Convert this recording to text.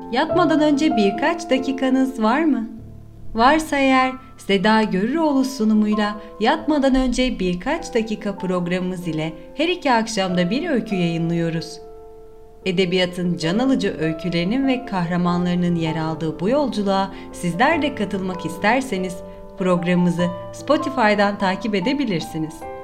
Yatmadan önce birkaç dakikanız var mı? Varsa eğer Seda Görüroğlu sunumuyla Yatmadan önce birkaç dakika programımız ile her iki akşamda bir öykü yayınlıyoruz. Edebiyatın can alıcı öykülerinin ve kahramanlarının yer aldığı bu yolculuğa sizler de katılmak isterseniz programımızı Spotify'dan takip edebilirsiniz.